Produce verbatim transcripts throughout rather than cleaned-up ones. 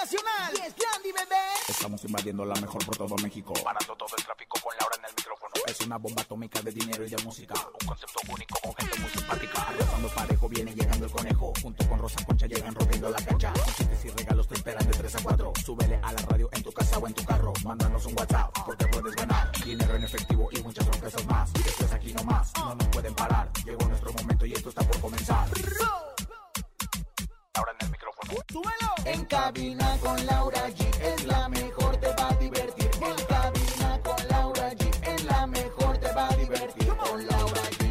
nacional. Y es Landy, bebé. Estamos invadiendo la mejor por todo México. Parando todo el tráfico con Laura en el micrófono. Es una bomba atómica de dinero y de música. Un concepto único con gente muy simpática. Arrasando parejo viene llegando el conejo. Junto con Rosa Concha llegan rompiendo la cancha. Con chistes y regalos te esperan de tres a cuatro. Súbele a la radio en tu casa o en tu carro. Mándanos un WhatsApp porque puedes ganar dinero en efectivo y muchas sorpresas más. Y esto es aquí nomás, no nos pueden parar. Llegó nuestro momento y esto está por comenzar. Ahora en el micrófono. ¡Súbelo! En cabina con Laura G es la mejor, te va a divertir. En cabina con Laura G es la mejor, te va a divertir. Con Laura G.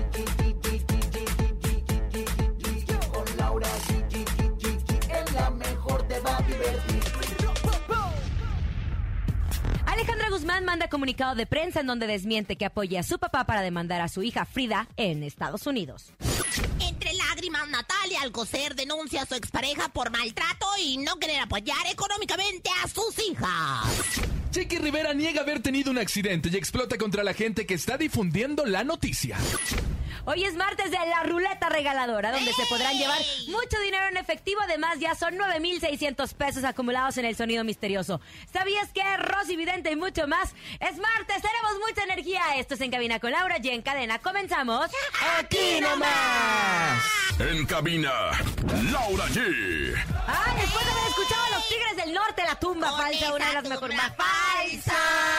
Con Laura G. Es la mejor, te va a divertir. Alejandra Guzmán manda comunicado de prensa en donde desmiente que apoya a su papá para demandar a su hija Frida en Estados Unidos. Entre lágrimas, Natalia Alcocer denuncia a su expareja por maltrato y no querer apoyar económicamente a sus hijas. Chiqui Rivera niega haber tenido un accidente y explota contra la gente que está difundiendo la noticia. Hoy es martes de la ruleta regaladora, donde ¡Ey! Se podrán llevar mucho dinero en efectivo. Además, ya son nueve mil seiscientos pesos acumulados en el sonido misterioso. ¿Sabías que Rosy Vidente y mucho más? Es martes, tenemos mucha energía. Esto es En Cabina con Laura y en cadena. Comenzamos. ¡Aquí nomás! En Cabina, Laura G. Ah, después de haber escuchado a los Tigres del Norte, La Tumba Con Falsa, una de las mejores. ¡Más falsa!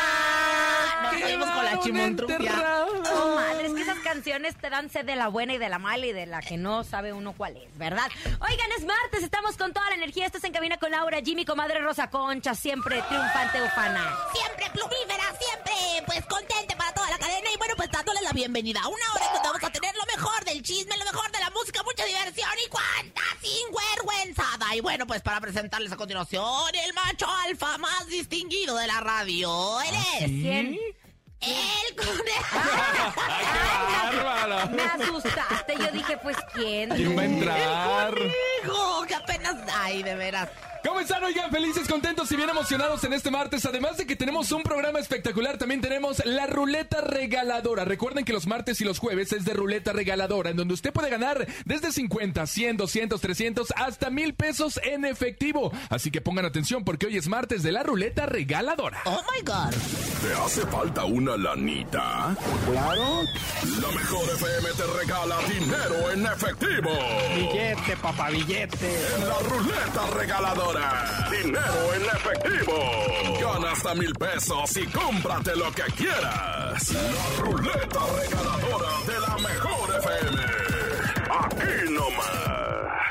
Nos fuimos con la chimontrumpia. Oh, madre, es que esas canciones te dan sed de la buena y de la mala y de la que no sabe uno cuál es, ¿verdad? Oigan, es martes, estamos con toda la energía. Esto es En Cabina con Laura, Jimmy, comadre Rosa Concha, siempre triunfante ufana. Siempre plumífera, siempre pues contente para toda la cadena. Y bueno, pues dándoles la bienvenida a una hora en donde vamos a tener lo mejor del chisme, lo mejor de la música, mucha diversión y cuánta sinvergüenzada. Y bueno, pues para presentarles a continuación el macho alfa más distinguido de la radio. Él es... ¿Quién? El conejo. ¡Ay, qué bárbaro! Me asustaste, yo dije, pues, ¿quién? ¿Quién va a entrar? El conejo, que apenas... Ay, de veras... ¿Cómo están? Oigan, felices, contentos y bien emocionados en este martes. Además de que tenemos un programa espectacular, también tenemos la ruleta regaladora. Recuerden que los martes y los jueves es de ruleta regaladora, en donde usted puede ganar desde cincuenta, cien, doscientos, trescientos, hasta mil pesos en efectivo. Así que pongan atención porque hoy es martes de la ruleta regaladora. Oh my God. ¿Te hace falta una lanita? Claro. La mejor F M te regala dinero en efectivo. Billete, papá, billete. En la ruleta regaladora. Dinero en efectivo. Gana hasta mil pesos y cómprate lo que quieras. La ruleta regaladora de la mejor F M. Aquí nomás.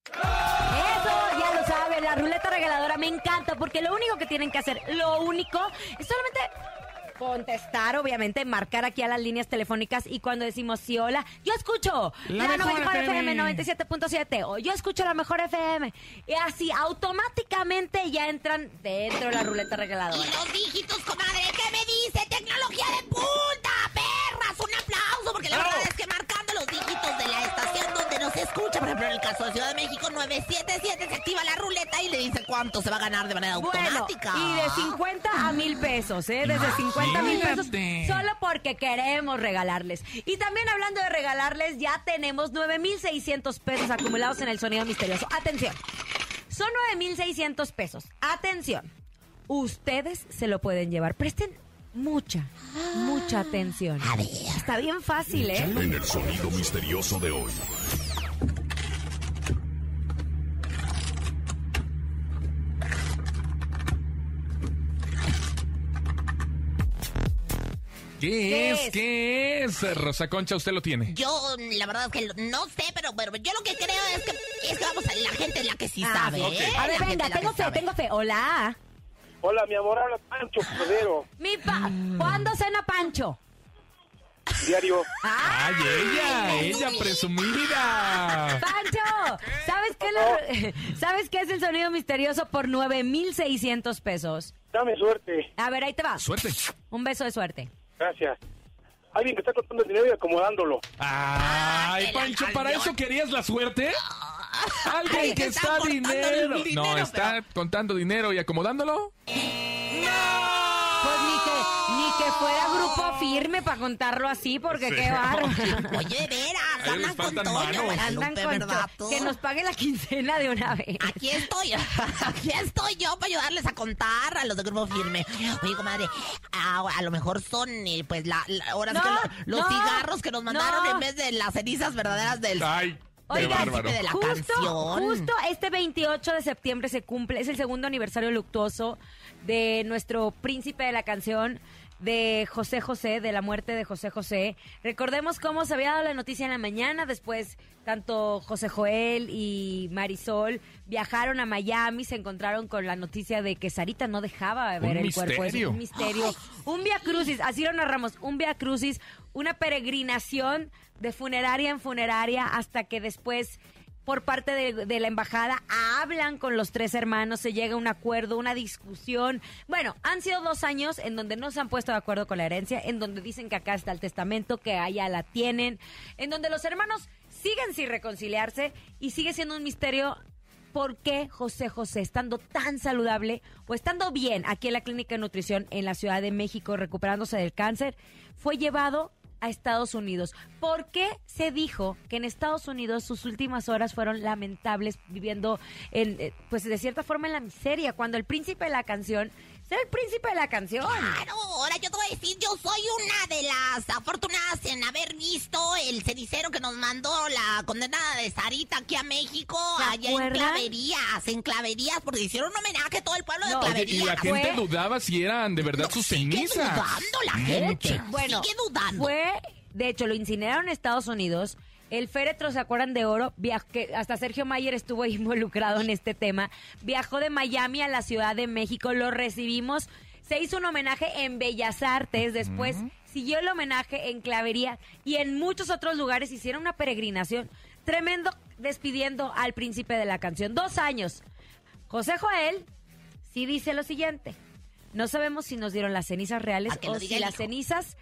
Eso ya lo saben, la ruleta regaladora me encanta porque lo único que tienen que hacer, lo único, es solamente contestar, obviamente, marcar aquí a las líneas telefónicas y cuando decimos sí, hola, yo escucho la, la mejor, mejor F M noventa y siete punto siete o yo escucho la mejor F M y así automáticamente ya entran dentro de la ruleta regaladora. Y los dígitos, comadre, ¿qué me dice? Tecnología de punta, perras, un aplauso, porque la ¡Bravo! verdad es que marcando los dígitos de la estación donde nos escucha, por ejemplo, en el caso de Ciudad de México, nueve siete siete, se activa la ruleta y le dice cuánto se va a ganar de manera Bueno, automática. y de cincuenta a mil pesos, ¿eh? Desde cincuenta mil pesos, solo porque queremos regalarles. Y también hablando de regalarles, ya tenemos nueve mil seiscientos pesos acumulados en el sonido misterioso. Atención, son nueve mil seiscientos pesos. Atención, ustedes se lo pueden llevar. Presten mucha, mucha atención. A ver. Está bien fácil, ¿eh? En el sonido misterioso de hoy. ¿Qué, ¿Qué es? es? ¿Qué es? Rosa Concha, usted lo tiene. Yo, la verdad es que lo- no sé, pero, pero yo lo que creo es que, es que vamos a la gente es la que sí Ah, sabe, ok. ¿eh? A ver, La gente venga, es la tengo que fe, sabe. tengo fe. Hola. Hola, mi amor, habla Pancho Cordero, Mi pa, ¿cuándo cena Pancho? diario. ¡Ay, ella! ¡Ella presumida! ¡Pancho! ¿Sabes qué, le- ¿Sabes qué es el sonido misterioso por nueve mil seiscientos pesos? Dame suerte. A ver, ahí te va. ¡Suerte! Un beso de suerte. Gracias. Alguien que está contando el dinero y acomodándolo. ¡Ay, Pancho! ¿Para eso querías la suerte? Alguien Ay, que está está contando dinero. el dinero, No, está contando dinero y acomodándolo. Pues ni que, Ni que fuera Grupo Firme para contarlo así, porque Sí. qué bárbaro. Oye, de veras, A ellos les andan con faltan todo, manos. Andan Guadalupe, con ¿verdad? to- que nos pague la quincena de una vez. Aquí estoy, aquí estoy yo para ayudarles a contar a los de Grupo Firme. Oye, comadre, a, a lo mejor son, eh, pues, la, la- ahora sí No, que lo- los no, cigarros que nos mandaron no. en vez de las cenizas verdaderas del... Ay, qué Oigan, bárbaro. de la justo, canción. justo este veintiocho de septiembre se cumple, es el segundo aniversario luctuoso de nuestro príncipe de la canción, de José José, de la muerte de José José. Recordemos cómo se había dado la noticia en la mañana, después tanto José Joel y Marisol viajaron a Miami, se encontraron con la noticia de que Sarita no dejaba ver Un el cuerpo. Es misterio. un misterio. Un via crucis, así lo narramos, un via crucis, una peregrinación de funeraria en funeraria hasta que después, por parte de, de la embajada, hablan con los tres hermanos, se llega a un acuerdo, una discusión. Bueno, han sido dos años en donde no se han puesto de acuerdo con la herencia, en donde dicen que acá está el testamento, que allá la tienen, en donde los hermanos siguen sin reconciliarse y sigue siendo un misterio por qué José José, estando tan saludable o estando bien aquí en la Clínica de Nutrición en la Ciudad de México, recuperándose del cáncer, fue llevado a Estados Unidos. ¿Por qué se dijo que en Estados Unidos sus últimas horas fueron lamentables, viviendo en, eh, pues de cierta forma en la miseria, cuando el príncipe de la canción era el príncipe de la canción? Claro, ahora yo te voy a decir, yo soy una de las afortunadas en haber visto el cenicero que nos mandó la condenada de Sarita aquí a México, ¿Se allá en acuerdan? Claverías, en Claverías, porque hicieron un homenaje a todo el pueblo No, de Oye, y Claverías. la gente Fue- dudaba si eran de verdad No, sus sigue cenizas. dudando la gente, Bueno, sigue dudando. fue, de hecho, lo incineraron en Estados Unidos. El féretro, ¿se acuerdan de oro? Viaj- que hasta Sergio Mayer estuvo involucrado en este tema. Viajó de Miami a la Ciudad de México, lo recibimos. Se hizo un homenaje en Bellas Artes, después siguió el homenaje en Clavería y en muchos otros lugares hicieron una peregrinación. Tremendo, despidiendo al príncipe de la canción. Dos años. José Joel sí dice lo siguiente: no sabemos si nos dieron las cenizas reales A que lo o diga si el las hijo. cenizas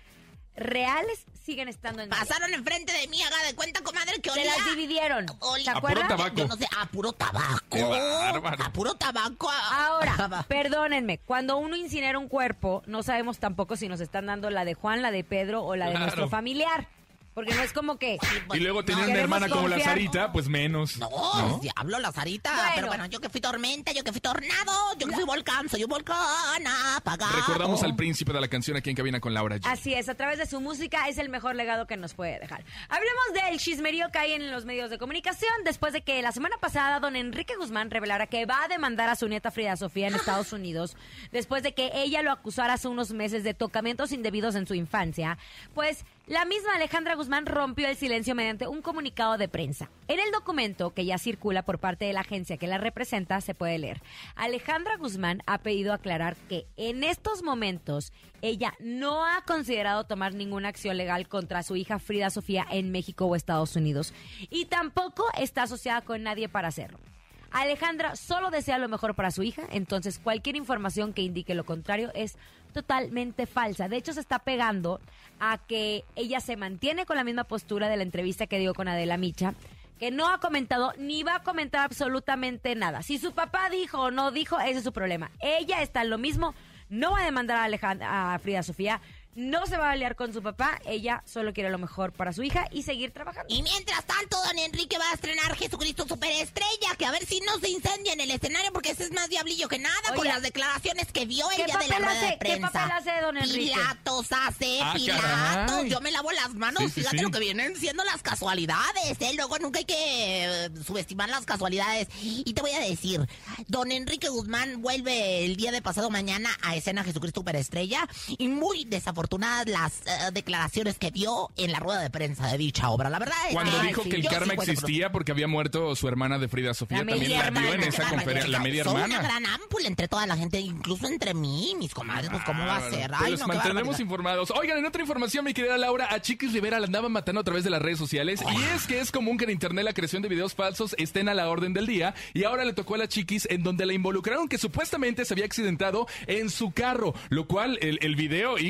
reales siguen estando en Pasaron enfrente de mí, haga de cuenta, comadre, que Se olía... las dividieron. olía- ¿Se A puro acuerdan? tabaco. Yo no sé, a puro tabaco. Qué bárbaro. A puro tabaco. a- Ahora, perdónenme, cuando uno incinera un cuerpo, no sabemos tampoco si nos están dando la de Juan, la de Pedro o la de Claro. nuestro familiar. Porque no es como que... Y luego tener No, una queremos hermana como la confiar. Sarita, pues menos. No, diablo, la Sarita. Bueno. Pero bueno, yo que fui tormenta, yo que fui tornado, yo que fui volcán, soy un volcán apagado. Recordamos al príncipe de la canción aquí en cabina con Laura G. Así es, a través de su música es el mejor legado que nos puede dejar. Hablemos del chismerío que hay en los medios de comunicación después de que la semana pasada don Enrique Guzmán revelara que va a demandar a su nieta Frida Sofía en Estados Unidos después de que ella lo acusara hace unos meses de tocamientos indebidos en su infancia. Pues la misma Alejandra Guzmán rompió el silencio mediante un comunicado de prensa. En el documento que ya circula por parte de la agencia que la representa se puede leer: Alejandra Guzmán ha pedido aclarar que en estos momentos ella no ha considerado tomar ninguna acción legal contra su hija Frida Sofía en México o Estados Unidos y tampoco está asociada con nadie para hacerlo. Alejandra solo desea lo mejor para su hija, entonces cualquier información que indique lo contrario es totalmente falsa. De hecho, se está pegando a que ella se mantiene con la misma postura de la entrevista que dio con Adela Micha, que no ha comentado ni va a comentar absolutamente nada. Si su papá dijo o no dijo, ese es su problema. Ella está en lo mismo, no va a demandar a, Alejandra, a Frida Sofía, no se va a aliar con su papá, ella solo quiere lo mejor para su hija y seguir trabajando. Y mientras tanto, don Enrique va a estrenar Jesucristo Superestrella, que a ver si no se incendia en el escenario, porque ese es más diablillo que nada, con Oye, las declaraciones que vio ¿qué ella de la papel rueda de hace- qué prensa. papel hace don Enrique? Pilatos hace, Ah, Pilatos. caray. Yo me lavo las manos, Sí, sí, fíjate sí. lo que vienen siendo las casualidades, ¿eh? Luego nunca hay que eh, subestimar las casualidades. Y te voy a decir, don Enrique Guzmán vuelve el día de pasado mañana a escena Jesucristo Superestrella, y muy desafortunadas las eh, declaraciones que dio en la rueda de prensa de dicha obra. La verdad es Cuando que dijo que el yo sí karma cuento existía porque había muerto su hermana de Frida Sofía, La también media la dio en hermana. esa Claro, conferencia, la media soy una hermana. gran ámpula entre toda la gente, incluso entre mí, mis comadres, pues cómo va a ser. Pues Ay, les no, qué mantendremos barbaridad. informados. Oigan, en otra información, mi querida Laura, a Chiquis Rivera la andaban matando a través de las redes sociales. Y es que es común que en internet la creación de videos falsos estén a la orden del día. Y ahora le tocó a la Chiquis, en donde la involucraron que supuestamente se había accidentado en su carro. Lo cual, el, el video, híjole,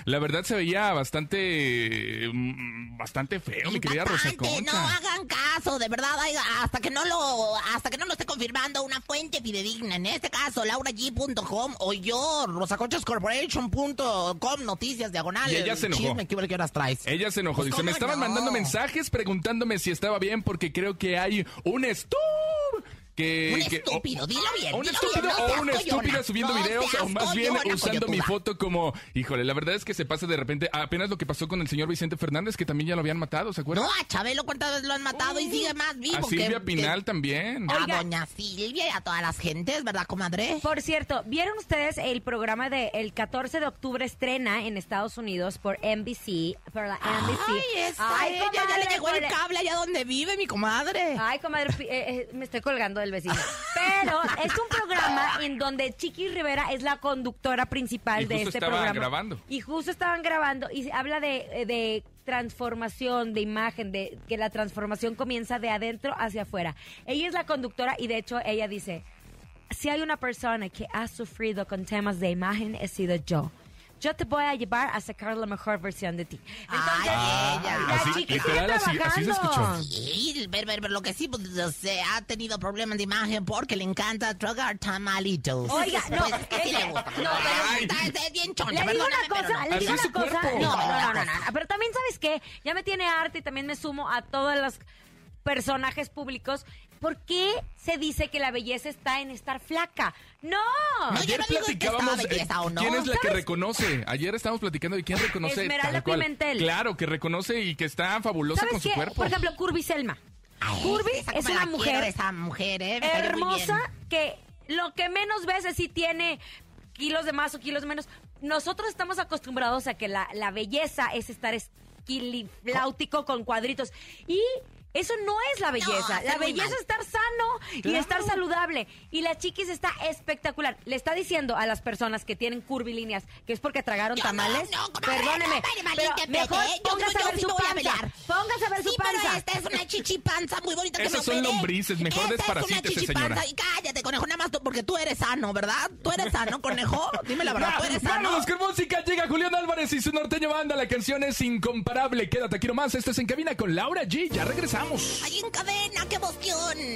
la verdad se veía bastante, mm, bastante feo, mi querida Rosa Impactante, Concha. no hagan caso, de verdad, oiga, hasta que no lo, hasta que no lo esté confirmando una fuente fidedigna, en este caso, laura g punto com o yo, rosaconchas corporation punto com, noticias, diagonal. Y ella se enojó. Chisme, ¿qué, qué horas traes? Ella se enojó, Pues, dice, me ¿cómo estaban no? mandando mensajes preguntándome si estaba bien porque creo que hay un stop. Que, Un que- estúpido, o- dilo bien, o un dilo estúpido bien, no o seas una estúpida coyona, subiendo no videos seas o más bien coyona, usando mi coyotuda. foto como, híjole, la verdad es que se pasa de repente, apenas lo que pasó con el señor Vicente Fernández, que también ya lo habían matado, ¿se acuerdan? No, a Chabelo, ¿cuántas veces lo han matado y sigue más vivo? A que- Silvia que- Pinal también. A Oiga. doña Silvia y a todas las gentes, ¿verdad, comadre? Por cierto, ¿vieron ustedes el programa de el catorce de octubre estrena en Estados Unidos por N B C, por la N B C? Ay, esa, Ay, ella ya comadre, le llegó el por- cable allá donde vive mi comadre. Ay, comadre, pi- eh, eh, me estoy colgando del vecino. Pero es un programa en donde Chiqui Rivera es la conductora principal Y de justo este estaban programa. grabando. Y justo estaban grabando y se habla de, eh, de transformación, de imagen, de que la transformación comienza de adentro hacia afuera. Ella es la conductora y de hecho ella dice, si hay una persona que ha sufrido con temas de imagen, he sido yo. Yo te voy a llevar a sacar la mejor versión de ti. Entonces, Ay, ella. la Así, chica literal, está así- así se trabajando. escuchó. Sí, ver, ver, ver, lo que sí, pues, se ha tenido problemas de imagen porque le encanta tragar tamalitos. Oiga, no, Pues es que sí ese- le gusta. no, pero- Ay, está- es bien choncha, Le digo perdóname, una cosa, pero no. le digo Así es una su cosa. cuerpo. No, no, no, no, No, no. Pero también, ¿sabes qué? Ya me tiene harta y también me sumo a todos los personajes públicos. ¿Por qué se dice que la belleza está en estar flaca? ¡No! No, Ayer yo no digo que platicábamos estaba belleza eh, o no. quién es la que ¿Sabes? reconoce. Ayer estábamos platicando de quién reconoce Esmeralda tal cual. Pimentel. Claro, que reconoce y que está fabulosa ¿Sabes con su qué? cuerpo. Por ejemplo, Curvy Selma. Ay, Curvy esa es como una la mujer quiero, esa mujer, eh, me cayó muy hermosa bien. que lo que menos veces sí tiene kilos de más o kilos de menos. Nosotros estamos acostumbrados a que la, la belleza es estar esquilifláutico con cuadritos. Y eso no es la belleza. hace la muy belleza mal. es estar sano y Claro. estar saludable. Y la chiquis está espectacular. Le está diciendo a las personas que tienen curvilíneas que es porque tragaron Yo tamales. no, no, comadre, Perdóneme. no, vale, pero malinterprete, mejor ¿eh? Yo- póngase yo a ver sí su me voy a panza. pelear. Póngase a ver Sí, su panza. pero esta es una chichipanza muy bonita que Esos me son operé. lombrices, mejor Esta desparasítese, es una chichipanza. señora. Y cállate, conejo, nada más tú, porque tú eres sano, ¿verdad? Tú eres sano, conejo. Dime la verdad, tú eres sano. Vámonos con música. Llega Julián Álvarez y su norteño banda. La canción es incomparable. Quédate aquí nomás. Esto es En Cabina con Laura G. Ya regresamos. Ahí en cadena, qué emoción.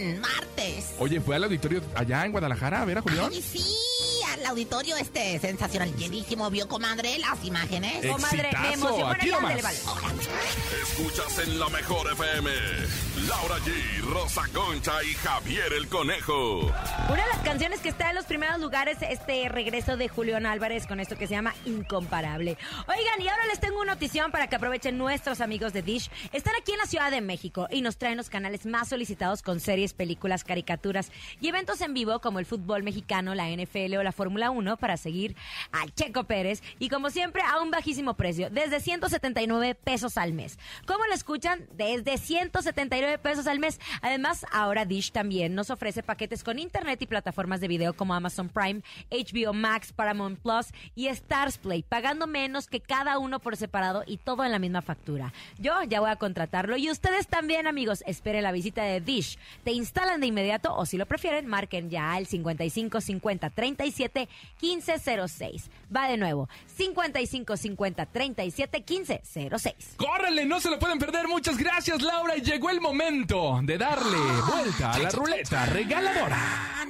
Martes. Oye, fue al auditorio allá en Guadalajara a ver a Julián. Ay, sí, al auditorio este sensacional, llenísimo, vio, comadre, las imágenes. Eh. Comadre, me Exitazo, emocionó. aquí Bueno, ya, nomás. ándale, vale. Escuchas en la mejor F M. Laura G, Rosa Concha y Javier el Conejo. Una de las canciones que está en los primeros lugares, este regreso de Julián Álvarez con esto que se llama Incomparable. Oigan, y ahora les tengo una notición para que aprovechen nuestros amigos de Dish. Están aquí en la Ciudad de México y nos traen los canales más solicitados con series, películas, caricaturas y eventos en vivo como el fútbol mexicano, la N F L o la Fórmula uno para seguir al Checo Pérez. Y como siempre, a un bajísimo precio, desde ciento setenta y nueve pesos al mes. ¿Cómo lo escuchan? Desde ciento setenta y nueve pesos al mes. Además, ahora Dish también nos ofrece paquetes con internet y plataformas de video como Amazon Prime, H B O Max, Paramount Plus y Stars Play, pagando menos que cada uno por separado y todo en la misma factura. Yo ya voy a contratarlo y ustedes también, amigos. Esperen la visita de Dish. Te instalan de inmediato o si lo prefieren, marquen ya al cincuenta y cinco cincuenta treinta y siete quince cero seis. Va de nuevo, cincuenta y cinco cincuenta treinta y siete quince cero seis. ¡Córrele! No se lo pueden perder. Muchas gracias, Laura. Y llegó el momento de darle vuelta a la ruleta regaladora.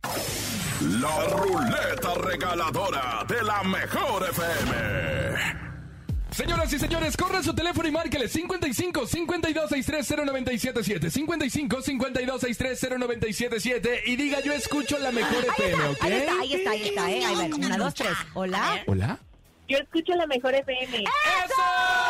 La ruleta regaladora de la mejor F M. Señoras y señores, corran su teléfono y márquele cincuenta y cinco cincuenta y dos sesenta y tres cero noventa y siete siete. cincuenta y cinco cincuenta y dos sesenta y tres cero noventa y siete siete. Y diga, yo escucho la mejor F M, ¿ok? Ahí está, ahí está, ahí está, ¿eh? Ahí va, Qué una, dos, lucha. tres. A Hola. ver. ¿Hola? Yo escucho la mejor F M. ¡Eso!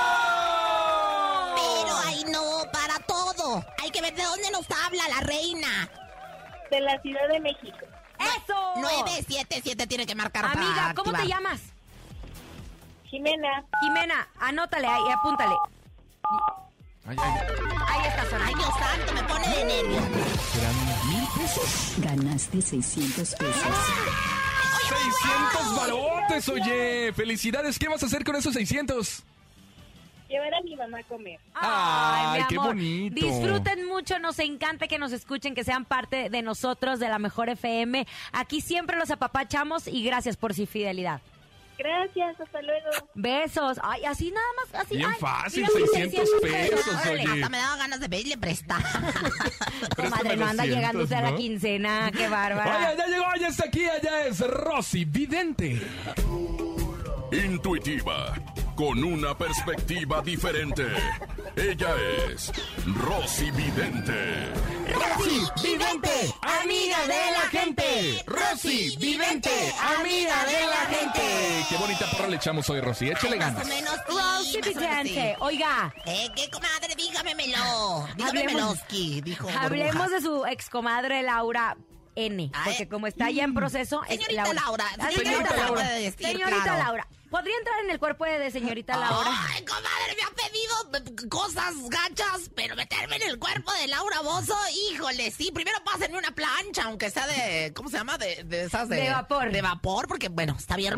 Pero ahí no, para todo. Hay que ver de dónde nos habla la reina. De la Ciudad de México. ¡Eso! nueve siete siete tiene que marcar para Amiga, ¿cómo te activar. llamas? Jimena. Jimena, anótale ahí, apúntale. Ay, ay, Ahí está Ay, sonando. Dios santo, me pone de nervios. serán mil pesos. Ganaste seiscientos pesos. ¡seiscientos barotes, oye! ¡Felicidades! ¿Qué vas a hacer con esos seiscientos? Llevar a mi mamá a comer. Ay, mi qué amor. bonito. Disfruten mucho, nos encanta que nos escuchen, que sean parte de nosotros, de la mejor F M. Aquí siempre los apapachamos y gracias por su fidelidad. Gracias, hasta luego. Besos. Ay, así nada más, así. Bien ay, fácil, mira, seiscientos pesos, Órale, oye. hasta me daba ganas de pedirle prestar. Comadre, no anda los llegando usted a la ¿no? quincena, qué bárbara. Oye, ya llegó, ya está aquí, allá es Rosy Vidente. Intuitiva, con una perspectiva diferente. Ella es Rosy Vidente. Rosy Vidente, amiga de la gente. Rosy Vidente, amiga de la gente. Qué bonita porra le echamos hoy, Rosy. Échale Más ganas. o menos, sí, Rosy más o menos, Vidente, sí. oiga, Eh, ¿Qué, comadre? Dígamemelo. Dígame Hablemos- Meloski, dijo hablemos Burbuja. de su excomadre Laura N, Ay, porque como está ya en proceso, es Señorita Laura, Ah, señorita Laura, puede decir, Señorita claro. Laura, ¿podría entrar en el cuerpo de señorita Laura? Ay, comadre, me ha pedido cosas gachas, pero meterme en el cuerpo de Laura Bozzo, híjole, sí. Primero pásenme una plancha, aunque sea de, ¿cómo se llama? De, de esas de... De vapor. De vapor, porque, bueno, está bien.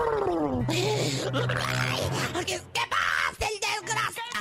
Porque, ¿qué pasa, el desgraciado?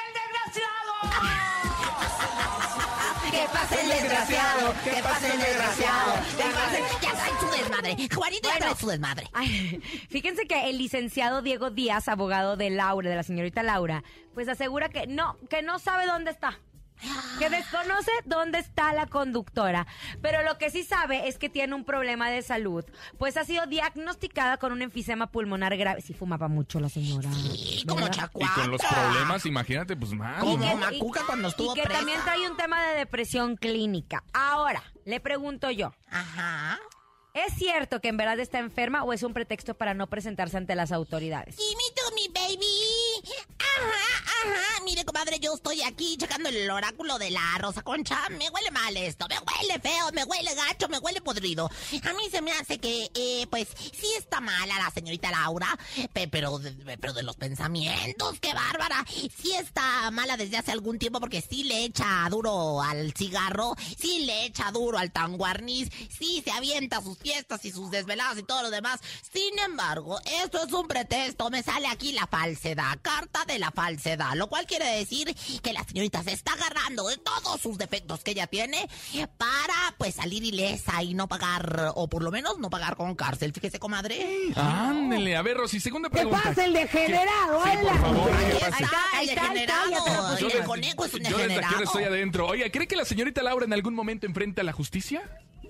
¿Qué pasa, el desgraciado? ¿Qué pasa, el desgraciado? ¿Qué pasa? Ya trae su desmadre. Juanito ya Bueno. trae su desmadre. Ay, fíjense que el licenciado Diego Díaz, abogado de Laura, de la señorita Laura, pues asegura que no, que no sabe dónde está. Que desconoce dónde está la conductora, pero lo que sí sabe es que tiene un problema de salud, pues ha sido diagnosticada con un enfisema pulmonar grave. Sí fumaba mucho la señora. Sí, como ¿verdad? Y chacuaca. con los problemas, imagínate, pues más. Como ¿no? Macuca cuando estuvo Y que presa. también trae un tema de depresión clínica. Ahora, le pregunto yo, Ajá. ¿es cierto que en verdad está enferma o es un pretexto para no presentarse ante las autoridades? Gimme to me, baby. Ajá, ajá. Mire, comadre, yo estoy aquí checando el oráculo de la Rosa Concha. Me huele mal esto, me huele feo, me huele gacho, me huele podrido. A mí se me hace que, eh, pues, sí está mala la señorita Laura, pe- pero de, pero de los pensamientos, qué bárbara. Sí está mala desde hace algún tiempo porque sí le echa duro al cigarro, sí le echa duro al tanguarniz, sí se avienta sus fiestas y sus desveladas y todo lo demás. Sin embargo, esto es un pretexto. Me sale aquí la falsedad, carta de la falsedad, lo cual quiere decir que la señorita se está agarrando de todos sus defectos que ella tiene para, pues, salir ilesa y no pagar, o por lo menos no pagar con cárcel. Fíjese, comadre. Ándele, a ver, Rosy, segunda pregunta. el degenerado? Sí, por favor, Ahí ¿qué está, pasa? Ahí el está, ahí está, ya te lo degenerado. pusieron. El conejo es un Yo desde aquí degenerado. estoy adentro. Oiga, ¿cree que la señorita Laura en algún momento enfrenta a la justicia?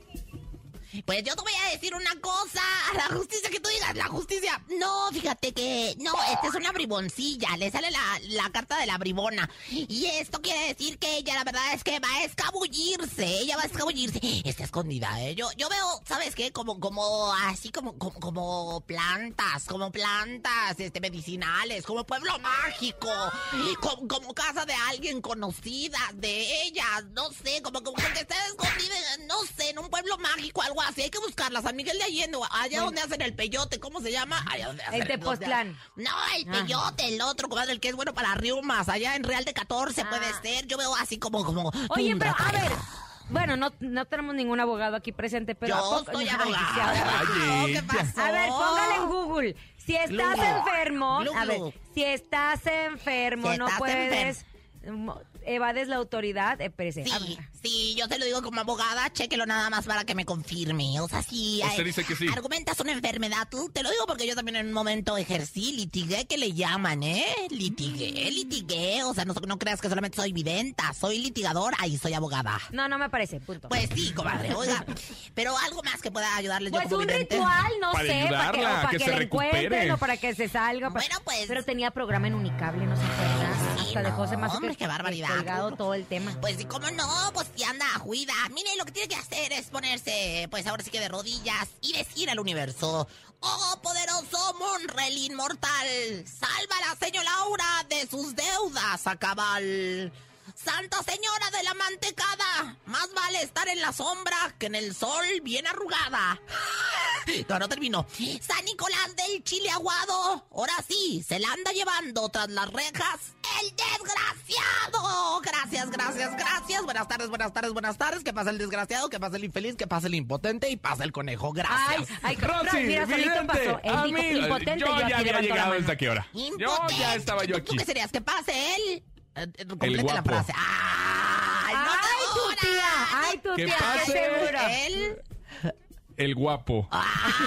Pues yo te voy a decir una cosa, la justicia que tú digas, la justicia. No, fíjate que, no, esta es una briboncilla, le sale la, la carta de la bribona. Y esto quiere decir que ella, la verdad es que va a escabullirse, ella va a escabullirse. Está escondida, ¿eh? Yo, yo veo, ¿sabes qué? Como, como, así como, como, como plantas, como plantas, este, medicinales, como pueblo mágico, como, como casa de alguien conocida, de ella, no sé, como, como que está escondida, no sé, en un pueblo mágico, algo así. Hay que buscarla, San Miguel de Allende, allá donde hacen el peyote, ¿cómo se llama? Allá donde hacen El Tepoztlán. No, el peyote, el otro, comadre, el que es bueno para riumas, allá en Real de catorce Ah. puede ser. Yo veo así como, como. Oye, tundra, pero a cara. ver, bueno, no, no tenemos ningún abogado aquí presente, pero ¿a Yo poco? soy Ay, sí, abogada. ahora sí. Ay, ¿Qué ella. pasó? A ver, póngale en Google. Si estás Glu. enfermo, Glu, a ver, glu. si estás enfermo, Si no estás puedes, mo- evades la autoridad, eh, espérese. a Sí, ver. sí, yo se lo digo como abogada, chéquelo nada más para que me confirme. O sea, sí. Usted ay, dice que sí. Argumentas una enfermedad, tú, te lo digo porque yo también en un momento ejercí, litigué, que le llaman, ¿eh? Litigué, litigué, o sea, no, no creas que solamente soy videnta, soy litigadora y soy abogada. No, no me parece, punto. Pues sí, comadre, oiga, pero algo más que pueda ayudarles yo Pues como un vidente. ritual, no Para sé, para que, ayudarla, o para que que, se la recupere. encuentren o para que se salga. para- Bueno, pues- Pero tenía programa en Unicable, no se acuerda. Sí, Hasta dejó no, se más hombre, qué barbaridad. colgado todo el tema. Pues sí, cómo no, pues si anda juida. Mire, lo que tiene que hacer es ponerse, pues ahora sí que de rodillas y decir al universo: oh, poderoso Monrel inmortal, salva a la señora Laura de sus deudas a cabal. Santa Señora de la Mantecada, más vale estar en la sombra que en el sol bien arrugada. No, no terminó. San Nicolás del Chile Aguado, ahora sí, se la anda llevando tras las rejas el desgraciado. Gracias, gracias, gracias. Buenas tardes, buenas tardes, buenas tardes. Que pasa el desgraciado, que pasa el infeliz, que pasa el impotente y pasa el conejo. Ay, Gracias. ay, Rosy, mira, solito vidente, pasó. El a dijo, mí, impotente, yo yo ya aquí había levanto la llegado mano. hasta aquí hora. Yo Impotente. ya estaba yo ¿Tú- ¿Tú aquí. qué serías? ¿Que pase él? Eh, eh, Complete la guapo. frase. ¡Ay, no Ay, te tu horas! tía, ay, tu ¿Qué tía, pase? qué seguro. Él... el guapo. Ah.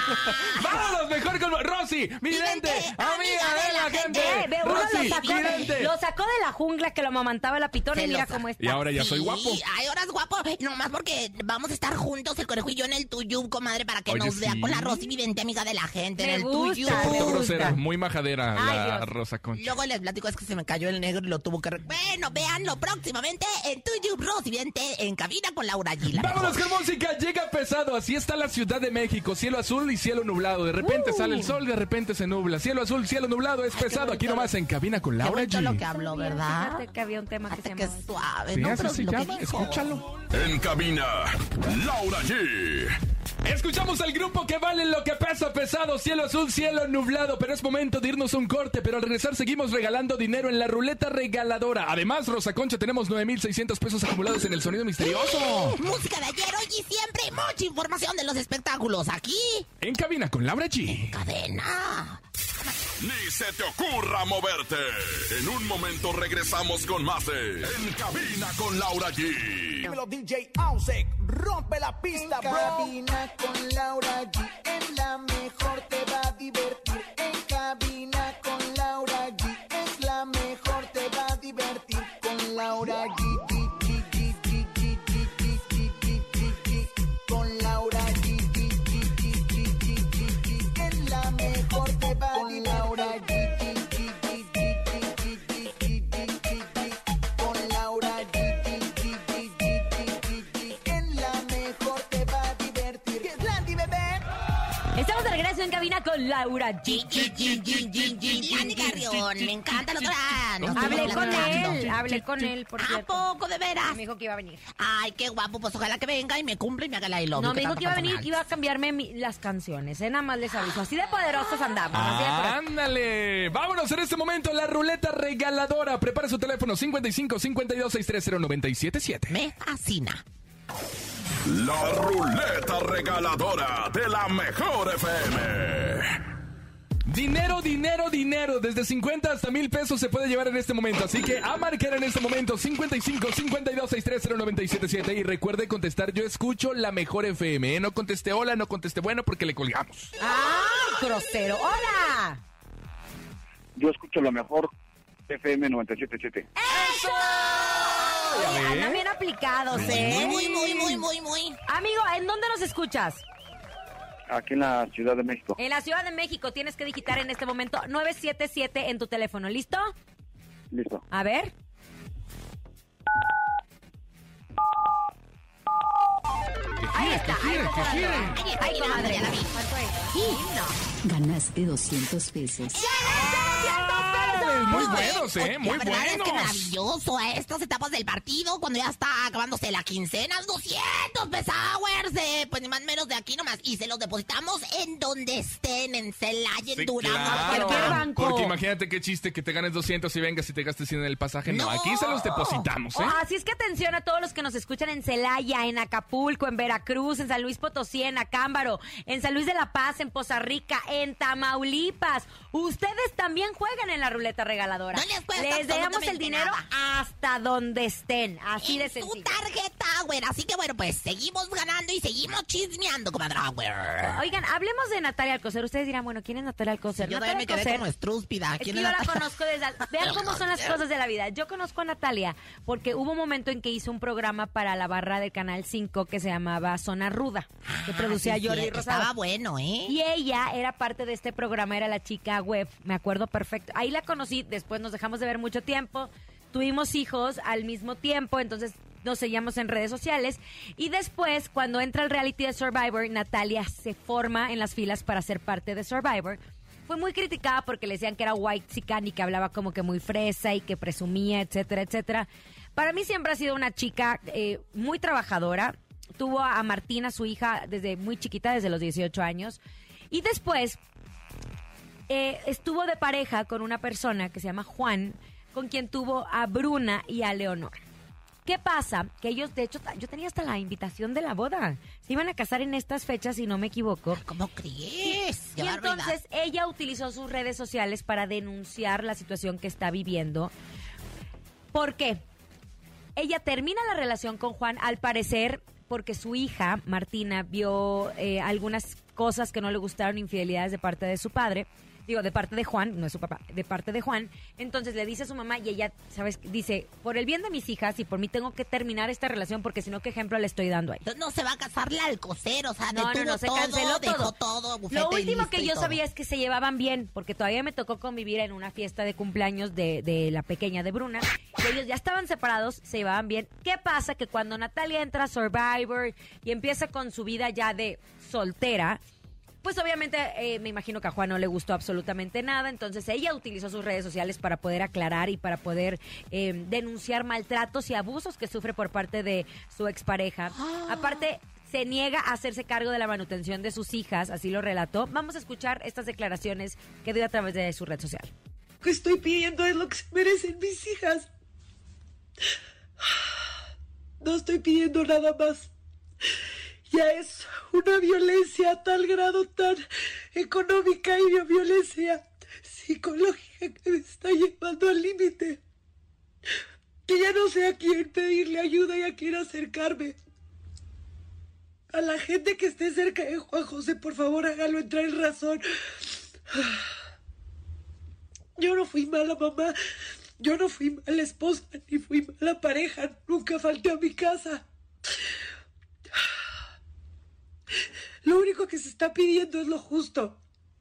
¡Vámonos mejor con Rosy, vidente, amiga de la gente! Eh, ve, uno Rosy, lo, sacó, vidente. lo sacó de la jungla que lo amamantaba la pitona Se y mira lo sa- cómo está. Y ahora ya soy Sí, guapo. Ay, ahora es guapo. Nomás porque vamos a estar juntos, el conejo y yo en el Tuyub, comadre, para que Oye, nos vea sí. con la Rosy Vidente, amiga de la gente, Me en el gusta, Tuyub. me Poquito gusta. grosera, muy majadera Ay, la Dios. Rosa Concha. Luego les platico, es que se me cayó el negro y lo tuvo que... re- Bueno, véanlo próximamente en Tuyub, Rosy Vidente, en cabina con Laura G. la Vámonos mejor. con música, llega pesado, así está la Ciudad de México, cielo azul y cielo nublado, de repente Uh. sale el sol, de repente se nubla, cielo azul, cielo nublado, es Ay, qué pesado, aquí bonito. nomás en cabina con Qué Laura bonito lo que G. habló, Sabía, ¿verdad? Fíjate que había un tema que se Fíjate que llamaba así. suave, Sí, ¿no? así Pero se lo que llama, dijo. escúchalo. En cabina, Laura G. Escuchamos al grupo que vale lo que pesa pesado, cielo azul, cielo nublado, pero es momento de irnos a un corte, pero al regresar seguimos regalando dinero en la ruleta regaladora. Además, Rosa Concha, tenemos nueve mil seiscientos pesos acumulados en el sonido misterioso. Música de ayer, hoy y siempre, y mucha información de los espectáculos aquí, En cabina con Laura G. cadena. Ni se te ocurra moverte. En un momento regresamos con más de En cabina con Laura G. Dímelo, D J Ausek, rompe la pista, En bro. cabina con Laura G, en la mejor te va a divertir. En cabina con Laura G, es la mejor te va a divertir. Con Laura G, G, G, G, G, G, G, G, G, G, G, G. Con Laura G, G, G, G, G, G, G, G. En la mejor te va a divertir. Con Laura G, G, G, G, G, G, G, G, G, G, G. Con Laura G, G, G, G, G, G, G, G. En la mejor te va a divertir. ¿Qué es Landy, bebé? Estamos de regreso en cabina con Laura G. G, G, G, G, G, G, Andy Carrión, me encanta la otra. No estoy Hablé con platicando. él, hablé con él, por ¿A cierto. poco, de veras? Me dijo que iba a venir. Ay, qué guapo, pues ojalá que venga y me cumpla y me haga la I love you, No, me dijo tanto que iba a falta venir, me que iba a cambiarme mi- las canciones, ¿eh? Nada más les aviso. Así de poderosos andamos. así de poderosos. ¡Ándale! Vámonos en este momento, la ruleta regaladora. Prepara su teléfono cincuenta y cinco, cincuenta y dos, sesenta y tres cero, noventa y siete siete. Me fascina. La ruleta regaladora de la mejor F M. Dinero, dinero, dinero. Desde cincuenta hasta mil pesos se puede llevar en este momento. Así que a marcar en este momento cincuenta y cinco, cincuenta y dos, sesenta y tres cero, noventa y siete siete. Y recuerde contestar, yo escucho la mejor F M. ¿eh? No conteste hola, no conteste bueno porque le colgamos. ¡Ay, grosero! ¡Hola! Yo escucho lo mejor F M noventa y siete punto siete. ¡Eso! Oye, andan bien aplicados, ¿eh? Muy, muy, muy, muy, muy. Amigo, ¿en dónde nos escuchas? Aquí en la Ciudad de México. En la Ciudad de México. Tienes que digitar en este momento nueve siete siete en tu teléfono. ¿Listo? Listo. A ver. Ahí está. Ahí está. Ahí está, Ay, mira, comadre. ya la vi. ¿Cuánto es? Ganaste doscientos pesos. Muy buenos, ¿eh? Muy La verdad es que buenos. maravilloso, ¿eh? Estas etapas del partido, cuando ya está acabándose la quincena, doscientos pesawers, eh, pues ni más menos de aquí nomás. Y se los depositamos en donde estén, en Celaya, en Sí, Durango. claro. cualquier banco. Porque imagínate qué chiste que te ganes doscientos y vengas y te gastes cien en el pasaje. No, No. aquí se los depositamos, ¿eh? Oh, así es que atención a todos los que nos escuchan en Celaya, en Acapulco, en Veracruz, en San Luis Potosí, en Acámbaro, en San Luis de la Paz, en Poza Rica, en Tamaulipas. Ustedes también juegan en la ruleta regaladora. No les cuesta Les dejamos el absolutamente dinero nada. hasta donde estén. Así de En su sencillo. tarjeta, güey. Así que bueno, pues seguimos ganando y seguimos chismeando, comadre, güey. Oigan, hablemos de Natalia Alcocer. Ustedes dirán, bueno, ¿quién es Natalia Alcocer? Yo Natalia también me quedé Alcocer- como estrúspida. Es que ¿Quién yo es la Natalia? conozco desde... Vean cómo son las cosas de la vida. Yo conozco a Natalia porque hubo un momento en que hizo un programa para la barra del Canal cinco que se llamaba Zona Ruda, que Ah, producía sí, Jordi sí, Rosado. Estaba bueno, ¿eh? Y ella era parte de este programa, era la chica web, me acuerdo perfecto. Ahí la conocí, después nos dejamos de ver mucho tiempo, tuvimos hijos al mismo tiempo, entonces nos seguíamos en redes sociales. Y después, cuando entra el reality de Survivor, Natalia se forma en las filas para ser parte de Survivor. Fue muy criticada porque le decían que era white chican y que hablaba como que muy fresa y que presumía, etcétera, etcétera. Para mí siempre ha sido una chica eh, muy trabajadora. Tuvo a Martina, su hija, desde muy chiquita, desde los dieciocho años. Y después eh, estuvo de pareja con una persona que se llama Juan, con quien tuvo a Bruna y a Leonor. ¿Qué pasa? Que ellos, de hecho, yo tenía hasta la invitación de la boda. Se iban a casar en estas fechas, si no me equivoco. ¿Cómo crees? Y Qué barbaridad. entonces ella utilizó sus redes sociales para denunciar la situación que está viviendo. ¿Por qué? Ella termina la relación con Juan, al parecer, porque su hija, Martina, vio eh, algunas cosas que no le gustaron, infidelidades de parte de su padre. Digo, de parte de Juan, no es su papá, de parte de Juan. Entonces le dice a su mamá y ella, ¿sabes? Dice, por el bien de mis hijas y por mí tengo que terminar esta relación porque si no, ¿qué ejemplo le estoy dando ahí? No se va a casar la Alcocer, o sea, No, detuvo no, no, se todo, canceló dejó todo. todo, bufete Lo último listo que y yo todo. sabía es que se llevaban bien, porque todavía me tocó convivir en una fiesta de cumpleaños de, de la pequeña de Bruna, y ellos ya estaban separados, se llevaban bien. ¿Qué pasa? Que cuando Natalia entra a Survivor y empieza con su vida ya de soltera, pues obviamente eh, me imagino que a Juan no le gustó absolutamente nada, entonces ella utilizó sus redes sociales para poder aclarar y para poder eh, denunciar maltratos y abusos que sufre por parte de su expareja. Ah. Aparte, se niega a hacerse cargo de la manutención de sus hijas, así lo relató. Vamos a escuchar estas declaraciones que dio a través de su red social. Lo que estoy pidiendo es lo que se merecen mis hijas. No estoy pidiendo nada más. Ya es una violencia a tal grado, tan económica y una violencia psicológica que me está llevando al límite. Que ya no sé a quién pedirle ayuda y a quién acercarme. A la gente que esté cerca de Juan José, por favor, hágalo entrar en razón. Yo no fui mala mamá, yo no fui mala esposa, ni fui mala pareja, nunca falté a mi casa. Lo único que se está pidiendo es lo justo.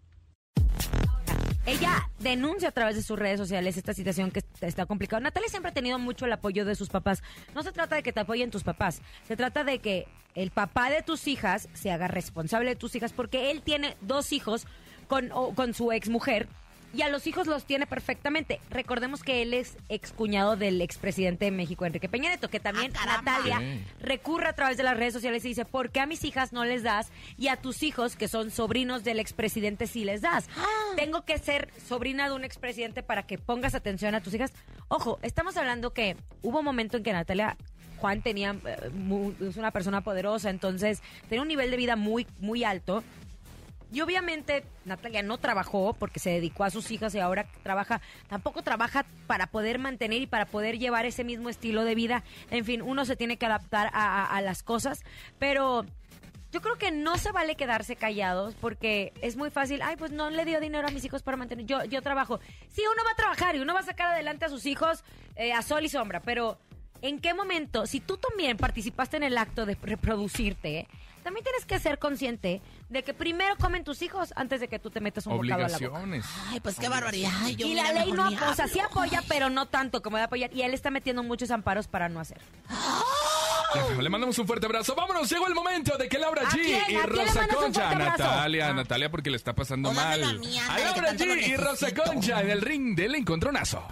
Ella denuncia a través de sus redes sociales esta situación que está complicada. Natalia siempre ha tenido mucho el apoyo de sus papás. No se trata de que te apoyen tus papás. Se trata de que el papá de tus hijas se haga responsable de tus hijas porque él tiene dos hijos con, o, con su exmujer. Y a los hijos los tiene perfectamente. Recordemos que él es excuñado del expresidente de México, Enrique Peña Nieto, que también Ah, Natalia Sí. recurre a través de las redes sociales y dice, ¿por qué a mis hijas no les das? Y a tus hijos, que son sobrinos del expresidente, sí les das. Tengo que ser sobrina de un expresidente para que pongas atención a tus hijas. Ojo, estamos hablando que hubo un momento en que Natalia... Juan tenía, eh, muy- es una persona poderosa, entonces tenía un nivel de vida muy, muy alto. Y obviamente Natalia no trabajó porque se dedicó a sus hijas y ahora trabaja, tampoco trabaja para poder mantener y para poder llevar ese mismo estilo de vida. En fin, uno se tiene que adaptar a, a- a las cosas, pero yo creo que no se vale quedarse callados porque es muy fácil. Ay, pues no le dio dinero a mis hijos para mantener. Yo, yo trabajo. Sí, uno va a trabajar y uno va a sacar adelante a sus hijos eh, a sol y sombra, pero ¿en qué momento, si tú también participaste en el acto de reproducirte, eh, también tienes que ser consciente de que primero comen tus hijos antes de que tú te metas un bocado a la boca? Obligaciones. Ay, pues qué barbaridad. Ay, yo Y mira, la ley mejor no ni apoya, o sea, sí hablo. apoya, pero no tanto como debe apoyar. Y él está metiendo muchos amparos para no hacer. Le mandamos un fuerte abrazo. Vámonos, llegó el momento de que Laura ¿A G quién? ¿A y quién le Rosa mandas un Concha. A fuerte abrazo? Natalia, Ah. Natalia, porque le está pasando O mal. dámelo a mí, A ándale, que Laura tanto lo G y Rosa necesito. Concha en el ring del encontronazo.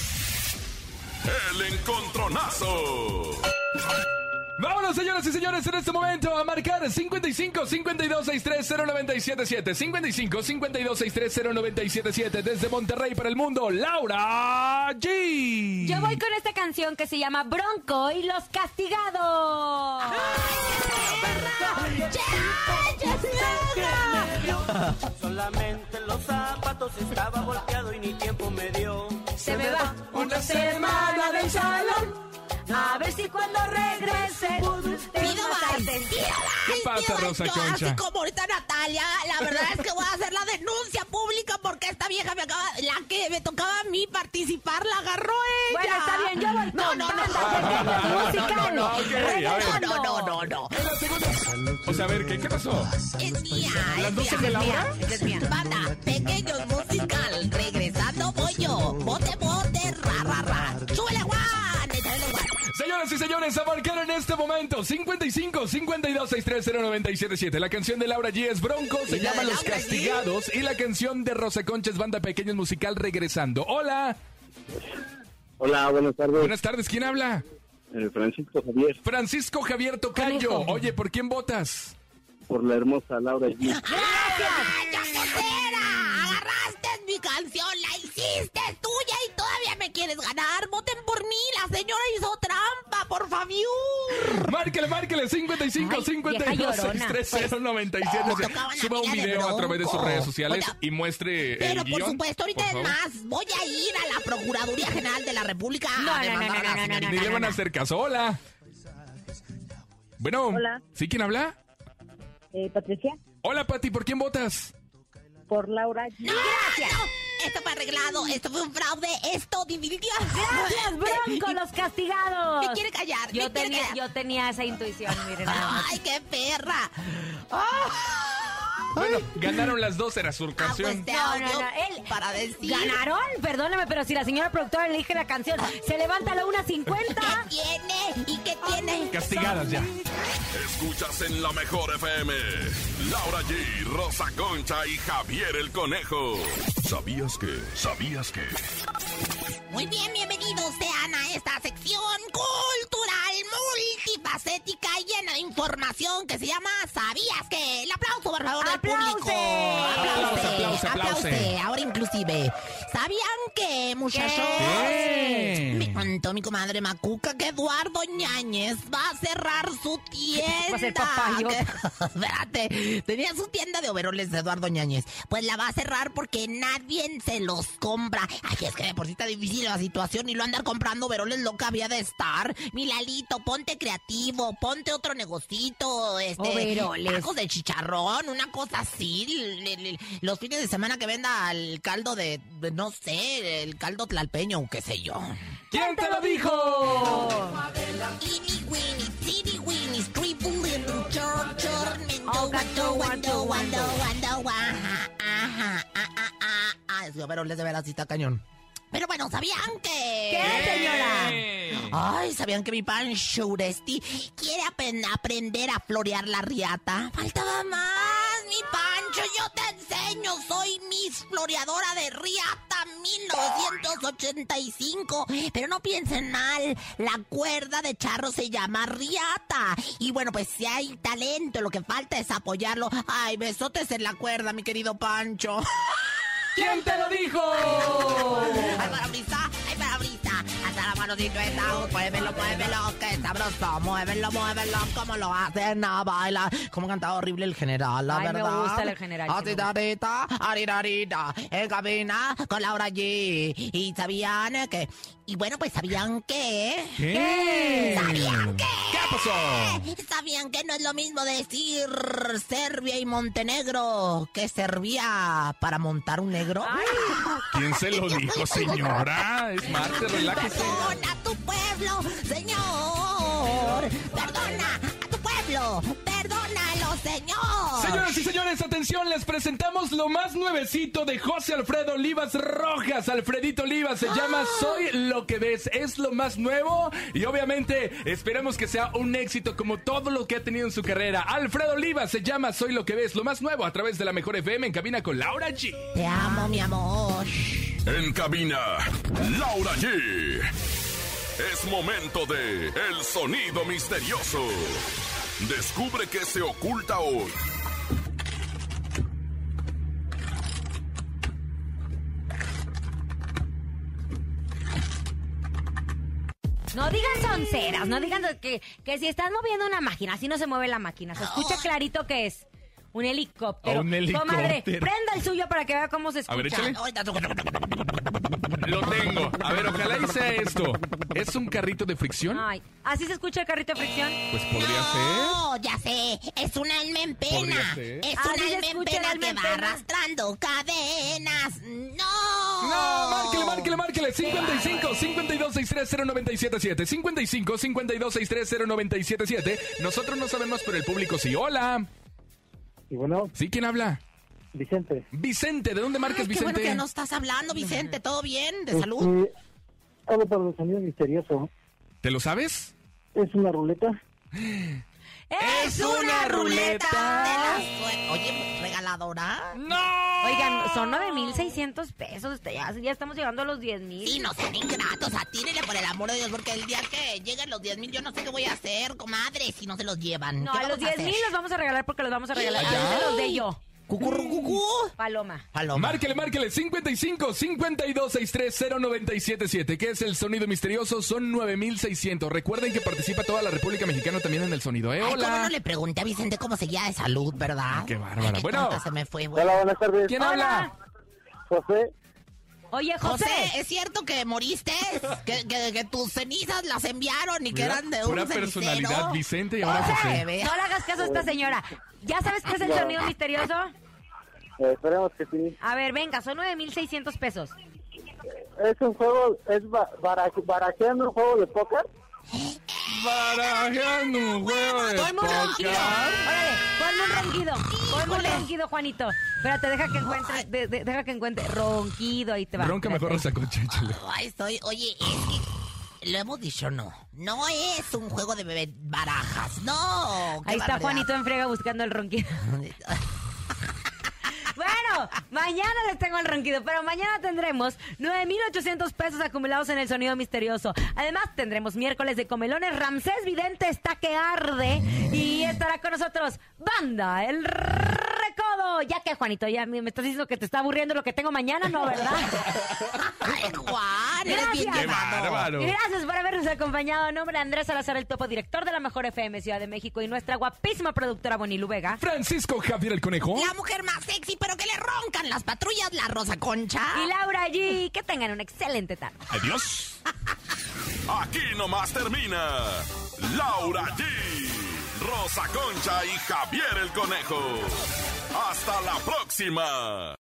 El encontronazo. Vámonos, señoras y señores, en este momento a marcar cincuenta y cinco, cincuenta y dos, sesenta y tres, cero nueve siete siete. cincuenta y cinco, cincuenta y dos, sesenta y tres, cero nueve siete siete. Desde Monterrey para el mundo, Laura G. Yo voy con esta canción que se llama Bronco y los Castigados. Solamente los zapatos estaba volteado y ni tiempo me dio. Se me va una semana del salón. A ver si cuando regrese Pido más. ¿Qué pasa, Rosa Yo, Concha? así como ahorita Natalia, la verdad es que voy a hacer la denuncia pública porque esta vieja me acaba, la que me tocaba a mí participar, la agarró ella. Bueno, está bien, yo voy No, con no, no. banda pequeños musical. no, ok, a ver. No, no, no, no. En la segunda. O sea, a ver, ¿qué, qué pasó? Es mía, ¿Las es doce mía, de es Laura? mía, es mía. Banda, pequeños musical, regresando voy yo. Bote, bote, ra, ra, ra. Súbele, Juan, échale, Juan. Señoras y señores, a marcar en este momento cincuenta y cinco, cincuenta y dos, sesenta y tres, cero nueve siete siete. La canción de Laura G es Bronco, se ¿Y la llama de Los Laura G? Castigados. Y la canción de Rosa Concha es Banda Pequeños Musical Regresando. Hola, Hola, buenas tardes. buenas tardes, ¿quién habla? Eh, Francisco Javier, Francisco Javier Tocayo. Conejo. Oye, ¿por quién votas? por la hermosa Laura G. ¡Ay, chacotera! Agarraste mi canción, la hiciste tuya y todavía me quieres ganar. Voten por mí, la señora hizo trampa, por favor. Márquele, márquele, cincuenta y cinco, Ay, cincuenta y dos, vieja sesenta y tres, cero nueve siete Me siete. tocaban la Suba un amiga de video a través de sus Bronco. redes sociales Oiga, y muestre Pero el por guión. supuesto, ahorita por es favor. más, voy a ir a la Procuraduría General de la República No, a no, no, demandar no, a la no, no, señorita. no, Ni no, le van a no. hacer caso. Hola. Bueno. Hola. ¿Sí? ¿Quién habla? Eh, Patricia. Hola, Pati, ¿por quién votas? Por Laura G. ¡No! ¡Gracias! Esto fue arreglado, esto fue un fraude, esto dividió. Gracias, Bronco, los castigados. Me quiere callar, Yo me quiere tenía, callar. yo tenía esa intuición, miren. nada más. ¡Ay, qué perra! Bueno, ganaron las dos, era su Ah, canción. pues te No, no, audio no, él- para decir... ¿Ganaron? Perdóneme, pero si la señora productora elige la canción, se levanta a la una cincuenta. ¿Qué tiene? ¿Y qué tiene? Castigadas ya. Escuchas en la mejor F M. Laura G, Rosa Concha y Javier el Conejo. ¿Sabías que? ¿Sabías que? Muy bien, bienvenidos sean a esta sección cultural, multifacética y llena de información que se llama ¿Sabías que? El aplauso, por favor, del ¡Aplause! público. Aplause, aplause, aplause. Ahora inclusive, ¿sabían que, muchachos? ¿Qué? Me contó mi comadre Macuca que Eduardo Ñañez va a cerrar su tienda. Va a ser papayo. Que- Espérate, tenía su tienda de overoles de Eduardo Ñañez. Pues la va a cerrar porque nadie se los compra. Ay, es que de por sí está difícil la situación y lo andar comprando overoles lo que había de estar. Mi Lalito, ponte creativo, ponte otro negocito, este... Overoles. Tacos de chicharrón, una cosa así. l- l- Los fines de semana que venda el caldo de, de, no sé, el caldo tlalpeño o qué sé yo. ¿Quién te lo dijo? Itty Winnie, Titty Winnie, Triple Little Chor Chor, Mendo, Oh, gato, Wando, gato, Wando, wando. Wando, Ajá, ajá, ah, ah, ah, ah. Sí, pero les de veras sí está cañón. Pero bueno, ¿sabían que...? ¿Qué, señora? Ay, ¿sabían que mi Pancho Uresti quiere apen- aprender a florear la riata? Faltaba más, mi Pancho, yo te enseño. Soy Miss Floreadora de Riata mil novecientos ochenta y cinco. Pero no piensen mal, la cuerda de charro se llama riata. Y bueno, pues si hay talento, lo que falta es apoyarlo. Ay, besotes en la cuerda, mi querido Pancho. ¿Quién te lo dijo? ¡Ay, parabrisa! ¡Ay, parabrisa! Hasta la manocito esta, muévelo, muévelo, que sabroso, muévelo, muévelo, como lo hacen a bailar. Como cantaba horrible el general, la Ay, me verdad. gusta el general, sí me gusta. Arirarita, arirarita, en cabina con Laura G. Y sabían que... Y bueno, pues sabían que... ¿Qué? ¿Sabían que? ¿Qué pasó? ¿Sabían que no es lo mismo decir Serbia y Montenegro que servía para montar un negro? ¿Quién se lo dijo, señora? Es martes, relájese. Perdona a tu pueblo, señor. Perdona a tu pueblo. Perdónalo, señor. Señoras y señores, atención, les presentamos lo más nuevecito de José Alfredo Olivas Rojas. Alfredito Olivas se llama Soy lo que ves. Es lo más nuevo y obviamente esperamos que sea un éxito como todo lo que ha tenido en su carrera. Alfredo Olivas se llama Soy lo que ves. Lo más nuevo a través de la Mejor F M en cabina con Laura G. Te amo, mi amor. En cabina, Laura G. Es momento de El Sonido Misterioso. Descubre qué se oculta hoy. No digan sonceras, no digan que, que si estás moviendo una máquina, así no se mueve la máquina. Se escucha clarito que es un helicóptero. Un helicóptero. Comadre, prenda el suyo para que vea cómo se escucha. A ver, échale. Lo tengo. A ver, ojalá y sea esto. ¿Es un carrito de fricción? Ay, ¿así se escucha el carrito de fricción? Pues podría ser. No, ya sé. Es un alma en Podría pena. ser. Es ¿Así un se alma en escucha el pena alma que en va pena? arrastrando cadenas. No. No, márquele, márquele, márquele. cincuenta y cinco, cincuenta y dos, sesenta y tres, cero noventa y siete siete. cincuenta y cinco, cincuenta y dos, sesenta y tres, cero noventa y siete siete. Nosotros no sabemos, pero el público sí. Hola. Y bueno, ¿Sí? ¿Quién habla? Vicente. Vicente. ¿De dónde marcas, Ay, qué Vicente? bueno que no estás hablando, Vicente. ¿Todo bien? ¿De Este, salud? Hablo para el sonido misterioso. ¿Te lo sabes? ¿Es una ruleta? ¡Es una ruleta! de la suerte. Oye, regaladora. ¡No! Oigan, son nueve mil seiscientos pesos. Ya, ya estamos llegando a los diez mil. Sí, no sean ingratos, atírele por el amor de Dios, porque el día que lleguen los diez mil, yo no sé qué voy a hacer, comadre, si no se los llevan. No, ¿Qué a los vamos a diez mil hacer? los vamos a regalar porque los vamos a regalar. ¿Allá? Ahorita los de yo. Cucurrucucú. Paloma. Paloma. Márquele, márquele. cincuenta y cinco, cincuenta y dos, sesenta y tres, cero noventa y siete siete. ¿Qué es el sonido misterioso? Son nueve mil seiscientos. Recuerden que participa toda la República Mexicana también en el sonido, ¿eh? Ay, ¿cómo Hola. no le pregunté a Vicente cómo seguía de salud, verdad? Qué bárbara. Qué Bueno. tonta se me fue, güey. Hola, buenas tardes. ¿Quién Hola. habla? José. Oye, José. José, ¿es cierto que moriste? ¿Que, que, que tus cenizas las enviaron y que Mira, eran de pura un cenicero? personalidad, Vicente y ahora José, José. no le hagas caso a esta señora. ¿Ya sabes qué es el sonido misterioso? Eh, esperemos que sí. A ver, venga, son nueve mil seiscientos pesos. Es un juego, es ba- bara- barajeando un juego de póker. Barajeando un juego de Ponme un ronquido. póker. Órale, ponme un ronquido. Ponme un ronquido, Juanito. Espérate, deja que encuentre, de- de- deja que encuentre ronquido, ahí te va. Ronca mejor Espérate. Rosa Concha, échale. Ay, estoy... Oye, es que... Lo hemos dicho, no. No es un juego de bebé barajas, no. Qué Ahí está barbaridad. Juanito en friega buscando el ronquido. Bueno, mañana les tengo el ronquido, pero mañana tendremos nueve mil ochocientos pesos acumulados en el sonido misterioso. Además, tendremos miércoles de comelones. Ramsés Vidente está que arde y estará con nosotros Banda El Recodo. Ya que, Juanito, ya me me estás diciendo que te está aburriendo lo que tengo mañana, ¿no, verdad? Ay, Juan, eres bien Gracias. llamado. Bárbaro. Gracias por habernos acompañado. En nombre de Andrés Salazar, el topo director de la Mejor F M Ciudad de México, y nuestra guapísima productora Bonilu Vega. Francisco Javier el Conejo. La mujer más sexy, pero que le roncan las patrullas, la Rosa Concha. Y Laura G. Que tengan una excelente tarde. Adiós. Aquí nomás termina Laura G, Rosa Concha y Javier el Conejo. Hasta la próxima.